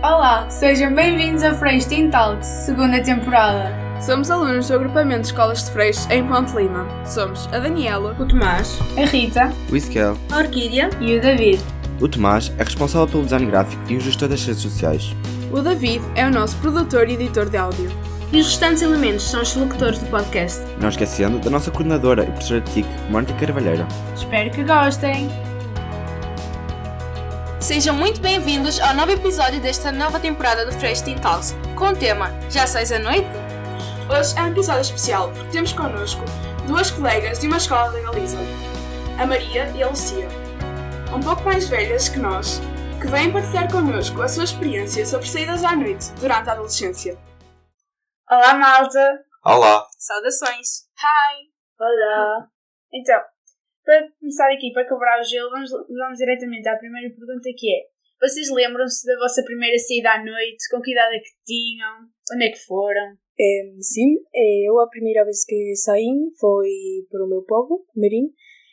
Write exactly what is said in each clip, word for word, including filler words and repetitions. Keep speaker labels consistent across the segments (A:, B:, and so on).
A: Olá, sejam bem-vindos a Freixo Teen Talks, segunda temporada.
B: Somos alunos do agrupamento de escolas de Freixo em Ponte Lima. Somos a Daniela,
C: o Tomás,
A: a Rita,
D: o Isquel,
C: a Orquídea
A: e o David.
D: O Tomás é responsável pelo design gráfico e o gestor das redes sociais.
B: O David é o nosso produtor e editor de áudio.
C: E os restantes elementos são os locutores do podcast.
D: Não esquecendo da nossa coordenadora e professora de T I C, Mónica Carvalheira.
A: Espero que gostem!
E: Sejam muito bem-vindos ao novo episódio desta nova temporada do Freixo Teen Talks, com o tema Já sais à noite?
B: Hoje é um episódio especial porque temos connosco duas colegas de uma escola de Galiza, a Maria e a Lucia, um pouco mais velhas que nós, que vêm partilhar connosco a sua experiência sobre saídas à noite durante a adolescência.
A: Olá, malta!
D: Olá!
E: Saudações!
A: Hi! Olá! Então, para começar aqui, para quebrar o gelo, vamos, vamos diretamente à primeira pergunta, que é: vocês lembram-se da vossa primeira saída à noite? Com que idade é que tinham? Onde é que foram?
F: É, sim, eu a primeira vez que saí foi para o meu povo, Merim,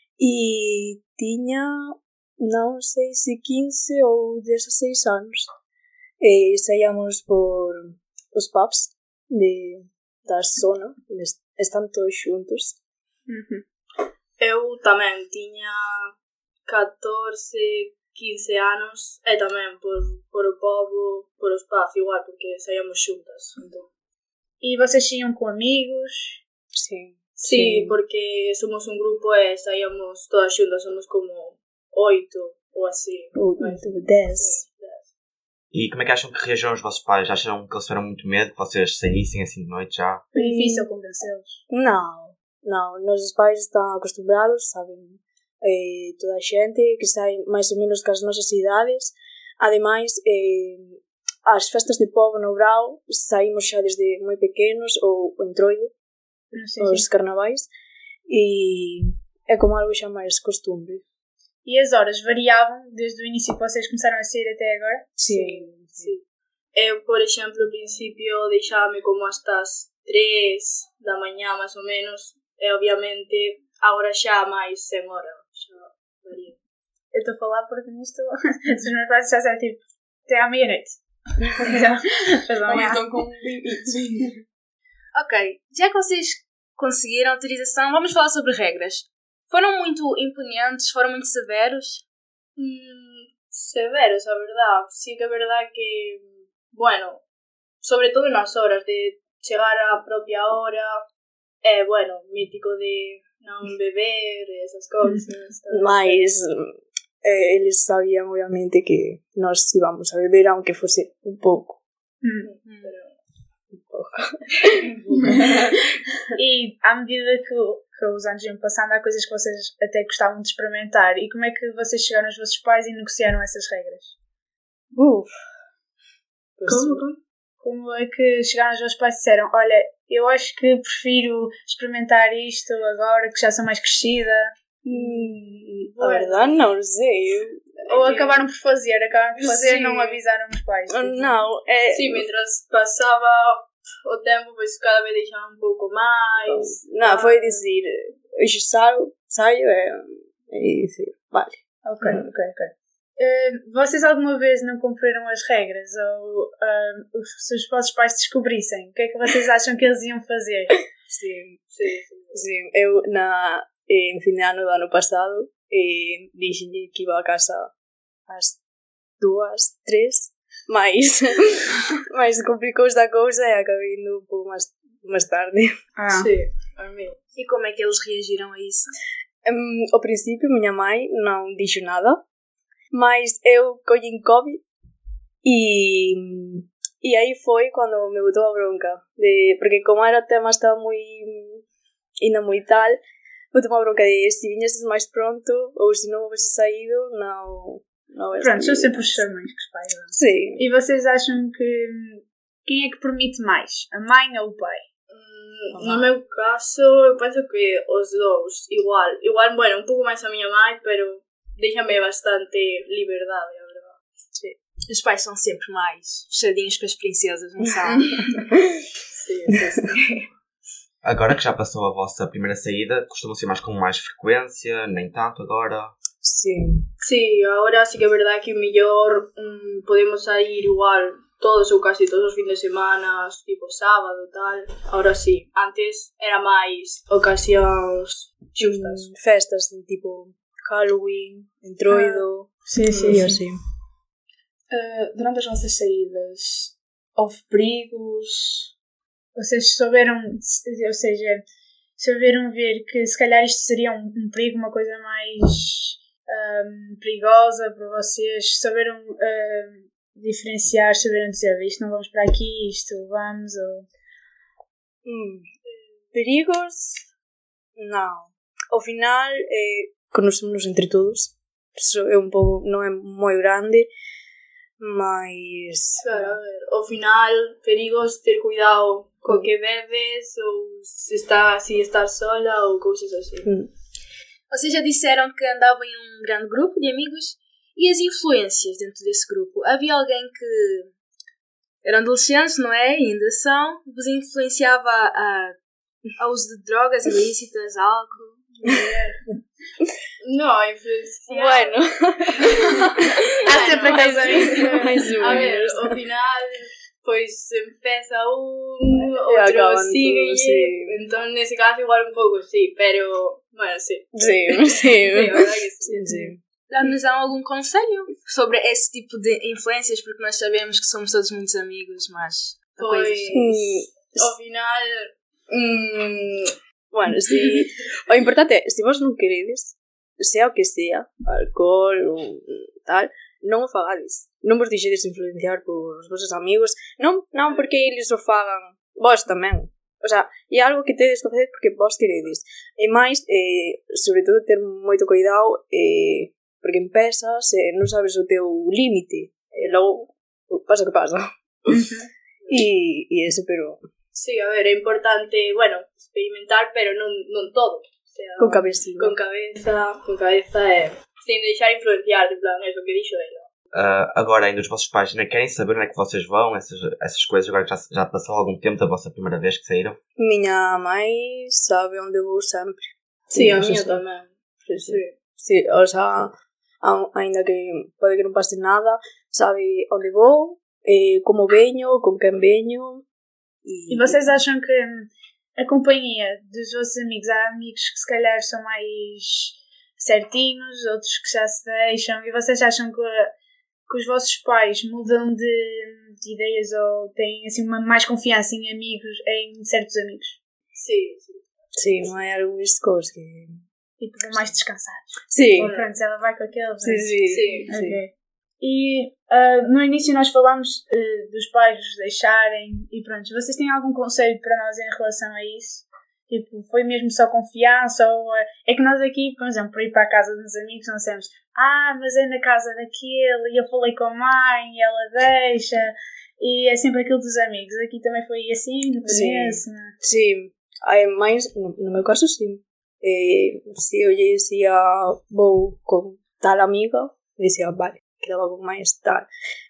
F: e tinha, não sei se quinze ou dezesseis anos. E saíamos por os pubs de, da zona, estão todos juntos.
A: Uhum.
G: Eu tamén tiña catorce, quince anos e tamén por, por o pobo, por os pubs igual, porque saíamos xuntas. Entón.
A: E vocês iam com amigos?
F: Sim.
G: Sí, sí, porque somos un grupo e saíamos todas xuntas, somos como oito ou así.
F: Oito, dez.
D: E como é que acham que reagiram os vossos pais? Acham que eles tiveram muito medo que vocês saíssem assim de noite já?
A: Foi difícil convencê-los?
F: Não. Não, nossos pais estão acostumados, sabem, eh, toda a gente que sai mais ou menos com as nossas idades. Ademais, eh, as festas de povo no Brau saímos xa desde moi pequenos, ou o entroido,
A: sim,
F: os
A: sim.
F: carnavais, e é como algo xa máis costumbre.
A: E as horas variavam desde o início que vocês começaram a sair até agora?
F: Sim,
G: sim. Eu, por exemplo, ao principio deixábame como hasta as tres da mañá, máis ou menos. E, obviamente, agora xa máis sen hora, xa varía.
A: Eu estou a falar porque nisto os meus pais já sabem, tipo, até à meia-noite. Então,
B: estão com limites.
E: Ok, já que vocês conseguiram autorização, vamos falar sobre regras. Foram muito imponentes? Foram muito severos?
G: Hum, severos, a verdade. Sí que é verdade que, bueno, sobre todo nas horas de chegar á propia hora. É, bueno, mítico de non beber e esas cousas.
F: Mas eh, eles sabían, obviamente, que nós íbamos a beber, aunque fose un pouco.
A: Mm.
G: Pero...
F: un pouco.
A: E à medida que, que os anos iam passando, há coisas que vocês até gostavam de experimentar. E como é que vocês chegaram aos vossos pais e negociaram essas regras?
F: Uf.
A: Como, como? Como é que chegaram aos vossos pais e disseram: olha, eu acho que prefiro experimentar isto agora que já sou mais crescida?
F: Hum, a verdade não sei.
A: Ou acabaram por fazer, acabaram por fazer e
F: Sim.
A: não avisaram os pais?
F: Não, é...
G: Sí, mentras pasaba o tempo, pois cada vez deixaba un pouco máis.
F: Não, foi dizer, hoje saio, saio é, é dizer, vale.
A: Ok, ok, ok. Uh, vocês alguma vez não cumpriram as regras? Ou uh, se os vossos pais descobrissem, o que é que vocês acham que eles iam fazer?
F: Sim, sim, sim. Eu, na, em fim de ano do ano passado, eh, disse-lhe que iba a casa às duas, três, mas, mas complicou-se a cousa e acabei indo um pouco mais, mais tarde.
A: Ah.
G: Sí, a mí.
E: E como é que eles reagiram a isso?
F: Um, ao princípio, minha mãe não disse nada, mas eu colhi Covid e, e aí foi quando me botou a bronca. De, porque como era o tema estava muito, ainda muito tal, botou uma bronca de se vinhasses mais pronto ou se não houvesse saído, não... não
A: Pronto, são sempre os seus mães que os pais. Não?
F: Sim.
A: E vocês acham que quem é que permite mais? A mãe ou o pai?
G: Mm, no meu caso, eu penso que os dous, igual. Igual, bueno, un pouco máis a miña mãe, pero deixame bastante liberdade, a verdade.
E: Sim. Os pais são sempre mais fechadinhos com as princesas, não são?
G: Sim, sim, sim.
D: Agora que já passou a vossa primeira saída, costumam ser mais com mais frequência, nem tanto agora?
F: Sim.
G: Sí, agora sí que é verdade que o mellor mm, podemos sair igual todos ou casi todos os fins de semana, tipo sábado e tal. Agora sí, antes era máis ocasións xustas.
F: Mm, festas de tipo Halloween, Entroido,
A: Sim, sim,
F: e
A: sim.
F: assim.
B: Uh, durante as vossas saídas, houve perigos?
A: Vocês souberam, ou seja, souberam ver que se calhar isto seria um, um perigo, uma coisa mais um, perigosa para vocês, souberam um, diferenciar, souberam dizer isto não vamos para aqui, isto vamos, ou...
F: Hum, perigos? Não. Ao final, eh, conocemos entre todos. Eso é un pouco, non é moi grande, mas...
G: Claro, a ver, ao final, perigos, ter cuidado co que bebes ou se, está, se estar sola ou cousas así.
F: Mm.
E: Vocês já disseram que andavam em um grande grupo de amigos e as influências dentro desse grupo. Havia alguém que eram adolescentes, não é? E ainda são. Vos influenciava a, a uso de drogas ilícitas, álcool, mulher.
G: No, influenciar...
F: Bueno.
A: Há sempre
G: mais,
A: casamento.
F: Mais ou
G: A ver,
F: menos.
G: ao final, pois empeza un,
F: E
G: outro
F: acaban
G: sigue,
F: todos, sí.
G: entón nese caso igual un pouco sí, pero, bueno, sí.
F: Sí, sí.
G: Sí, a verdade que sí.
F: Sí, sí.
E: Dá-nos algum conselho sobre esse tipo de influências, porque nós sabemos que somos todos muitos amigos, mas há
G: Pois,
E: coisas.
F: Mm,
G: ao final, mm,
F: Bueno, si... O importante é, se vos non queredes, sea o que sea, alcohol ou tal, non o fagades. Non vos deixedes influenciar por os vosos amigos. Non, non porque eles o fagan. Vos tamén. O sea, é algo que tedes que facer porque vos queredes. E máis, eh, sobre todo, ter moito cuidado, eh, porque empezas e non sabes o teu límite. E logo pasa o que pasa. E, e ese, pero...
G: sí, a ver, é importante, bueno, experimentar, pero non, non todo. O sea,
F: Con cabecilla.
G: con cabeza, con cabeza e sem deixar influenciar, de plan, eso que dixo ela.
D: Uh, agora, ainda os vossos pais ainda querem saber onde é que vocês vão, essas, essas coisas, agora que já, já passou algum tempo da vossa primeira vez que saíram?
F: Miña mãe sabe onde vou sempre.
G: Sí, a
F: Eso
G: miña
F: sí.
G: tamén.
F: Sí, sí. Sí, o sea, a- ainda que pode que non pase nada, sabe onde vou, eh, como veño, con quen veño.
A: E vocês acham que hum, a companhia dos vossos amigos, há amigos que se calhar são mais certinhos, outros que já se deixam, e vocês acham que, que os vossos pais mudam de, de ideias ou têm assim uma mais confiança em amigos, em certos amigos?
G: Sí, sí.
F: Sí, non hai algúns cos que...
A: Tipo, vão mais descansados.
F: Sí,
A: Ou pronto, ela vai com aquele.
F: sí, sí.
G: Sí.
A: Ok. E ah, no início nós falámos ah, dos pais vos deixarem e pronto, vocês têm algum conselho para nós em relação a isso? Tipo, foi mesmo só confiança ou ah, é que nós aqui, por exemplo, para ir para a casa dos amigos nós dissemos, ah, mas é na casa daquele e eu falei com a mãe e ela deixa e é sempre aquilo dos amigos. Aqui também foi assim, no começo, não é?
F: Sí, hai máis, no, no meu caso, sí. Eh, se eu lle dicía vou con tal amiga, dicía, vale, quedaba con máis tal.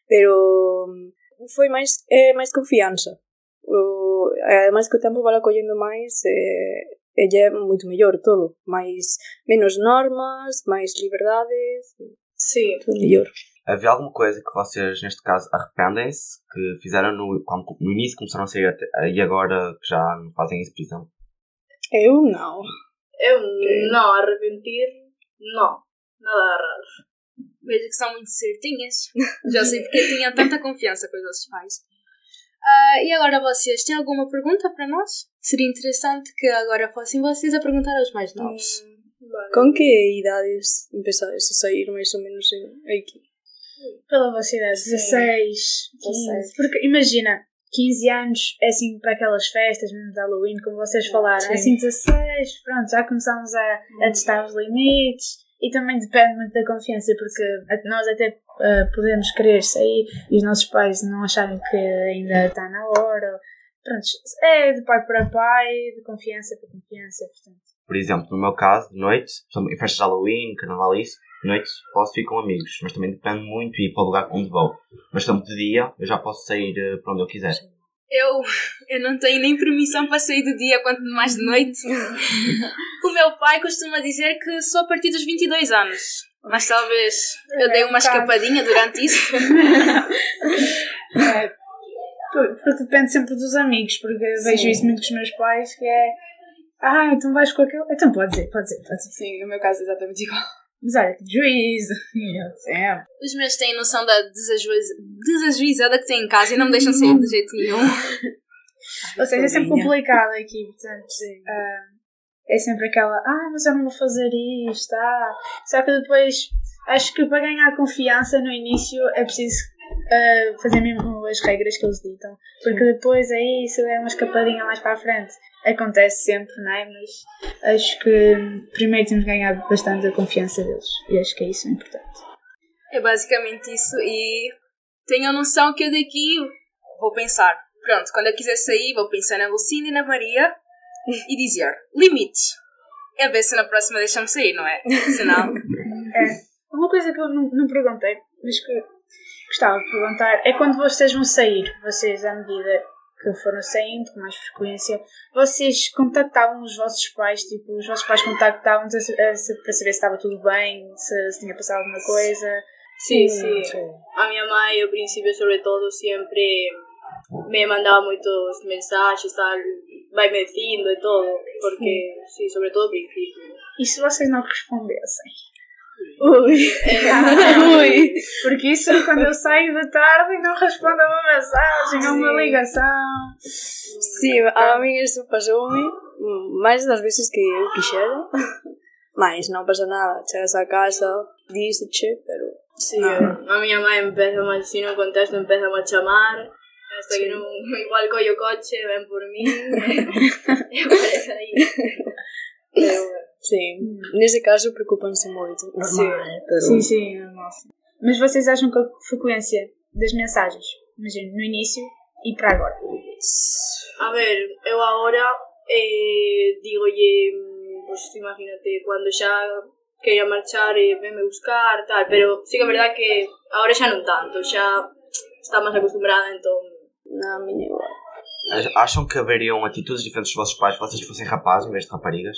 F: Pero mm, foi máis, eh, máis confianza. O, ademais que o tempo vai acollendo máis, eh, e lle é moito mellor todo. Máis, menos normas, máis liberdades,
G: Sí.
F: todo mellor.
D: Havia alguma coisa que vocês, neste caso, arrependem-se que fizeram no, quando, no início, começaram a sair até, e agora que já não fazem isso, por exemplo?
F: Eu não.
G: Eu não, arrepentir, não. Nada raro.
E: Vejo que são muito certinhas. Já sei porque tinham tanta confiança com os vossos pais. Ah, e agora vocês, têm alguma pergunta para nós? Seria interessante que agora fossem vocês a perguntar aos mais novos.
G: Vale.
F: Con que idades empezades a sair máis ou menos en, aquí?
A: Pela vossa idade, dezasseis, quinze. Porque imagina, quinze anos é assim para aquelas festas mesmo de Halloween, como vocês falaram.
F: Sim.
A: É assim dezasseis, pronto, já começamos a, a testar os limites. E também depende muito da confiança, porque a- nós até uh, podemos querer sair e os nossos pais não acharem que ainda está na hora. Pronto, é de pai para pai, de confiança para confiança, portanto.
D: Por exemplo, no meu caso, de noite, por exemplo, em festas de Halloween, carnaval e isso, de noite posso ir com amigos, mas também depende muito e ir para o lugar onde vou. Mas, por exemplo, de dia, eu já posso sair eh, para onde eu quiser.
E: Eu, eu não tenho nem permissão para sair de dia, quanto mais de noite. O meu pai costuma dizer que só a partir dos vinte e dois anos. Mas talvez eu dei uma escapadinha durante isso.
A: É, porque depende sempre dos amigos, porque Sim. vejo isso muito com os meus pais, que é ah, então vais com aquele... Então pode dizer, pode dizer, pode dizer.
B: Sim, no meu caso é exatamente igual.
A: Mas olha, que juízo. É.
E: Os meus têm noção da desajuiz... desajuizada que têm em casa e não me deixam sair de jeito nenhum.
A: Ou seja, é sempre complicado aqui, portanto, uh, é sempre aquela, ah, mas eu não vou fazer isto, ah. Só que depois, acho que para ganhar confiança no início é preciso uh, fazer mesmo as regras que eles ditam, porque depois é isso, é uma escapadinha mais para a frente. Acontece sempre, não é? Mas acho que primeiro temos que ganhar bastante a confiança deles, e acho que é isso importante.
E: É basicamente isso, e tenho a noção que eu daqui vou pensar. Pronto, quando eu quiser sair, vou pensar na Lucinda e na Maria e dizer limites. É ver se na próxima deixa-me sair, não é? Senão...
A: É. Uma coisa que eu não, não perguntei, mas que gostava de perguntar, é quando vocês vão sair, vocês, à medida que foram saindo com mais frequência, vocês contactavam os vossos pais, tipo, os vossos pais contactavam-nos a, a, a, para saber se estava tudo bem, se, se tinha passado alguma coisa?
G: Sim, sim. sim. A minha mãe, ao princípio, sobre todo, sempre... me mandaba muchos mensajes, tal, vai me dicindo e todo, porque, sí, sobre todo ao princípio.
A: E se vocês não respondessem?
F: Ui!
A: É, Ui! Porque isso quando eu saio de tarde e não respondo a uma mensagem, a uma ligação.
F: Sim, a mim isso passou-me mais das vezes que eu quixera, mas não pasa nada, chegas a casa, dice-che, pero...
G: Sí, no. A minha mãe empeza, mas se non contesto, empeza a chamar. Hasta sí. que non, igual collo coche, ven por mí, e aparece aí.
F: Pero, sí, nesse caso preocupan-se moito, normal,
A: sim.
F: Pero...
A: Sim, sim, normal. Mas vocês acham que a frequência das mensagens, imagino, no início e para agora?
G: A ver, eu agora eh, digo-lle, pues imagínate, cando xa quería marchar e venme buscar, tal, pero sí que é verdad que agora xa non tanto, xa está máis acostumbrada, entón...
F: Na minha igual.
D: Acham que haveriam atitudes diferentes dos vossos pais se vocês fossem rapazes em vez de raparigas?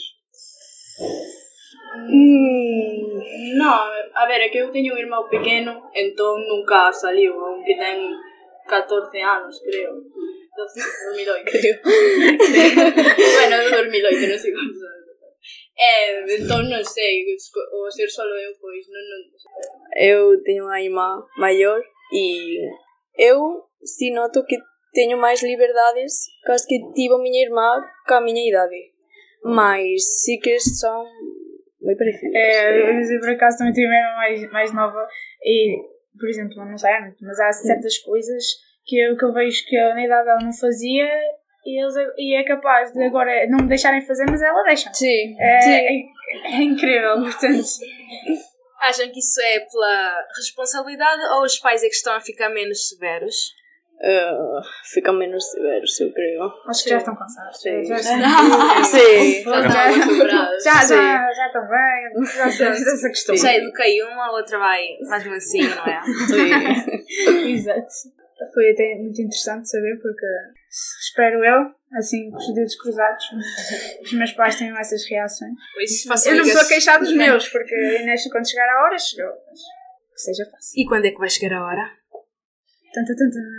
G: Mm, non, a ver, é que eu teño un irmão pequeno, entón nunca saliu, aunque ten catorce anos, creo. doce mil oito.
F: Creo.
G: Bueno, é de dos mil oito, non sei quantos anos. Eh, entón non sei, o ser solo eu, pois non, non sei.
F: Eu teño unha irmá maior e eu si noto que teño máis liberdades que as que tivo miña irmá ca miña idade, mas si que son moi parecidas.
A: É, eu por acaso também tive uma irmã mais, mais nova e, por exemplo, não sei, mas há certas coisas que eu, que eu vejo que na idade ela não fazia e, eles, e é capaz de agora não me deixarem fazer, mas ela deixa.
F: Sim.
A: É,
F: Sim.
A: é, é incrível, portanto.
E: Acham que isso é pela responsabilidade ou os pais é que estão a ficar menos severos?
F: Uh, ficam menos severos, eu creio.
A: Acho que já estão cansados.
F: Sim.
A: Já,
F: Sim.
A: Sim.
G: Já,
A: já, já, já estão bem. Já sei essa questão.
E: Já eduquei uma, a outra vai mais mansinho, não é?
F: Sim.
A: Exato. Foi até muito interessante saber, porque espero eu, assim, com os dedos cruzados, os meus pais tenham essas reações.
E: Pois,
A: eu não me estou a queixar dos meus, porque a Inês, quando chegar a hora, chegou. Mas que seja fácil.
E: E quando é que vai chegar a hora?
A: Tanta,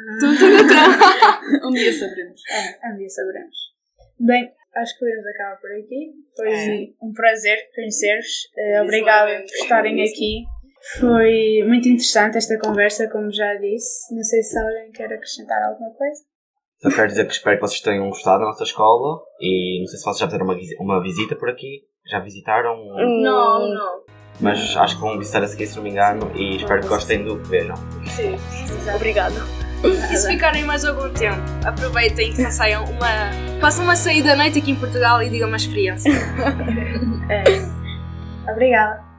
A: tanta.
B: Um dia saberemos.
A: É, um dia saberemos. Bem, acho que podemos acabar por aqui. Foi
E: é.
A: um prazer conhecer-vos. Obrigada por estarem aqui. Foi muito interessante esta conversa, como já disse. Não sei se alguém quer acrescentar alguma coisa.
D: Só quero dizer que espero que vocês tenham gostado da nossa escola e não sei se vocês já fizeram uma, uma visita por aqui. Já visitaram?
G: Não, não.
D: Mas acho que vão visitar a seguir, se não me engano, e espero que gostem do que vejam.
G: Sim.
F: Obrigada.
E: E se ficarem mais algum tempo, aproveitem que façam uma, façam uma saída à noite aqui em Portugal e digam uma experiência.
A: É. Obrigada.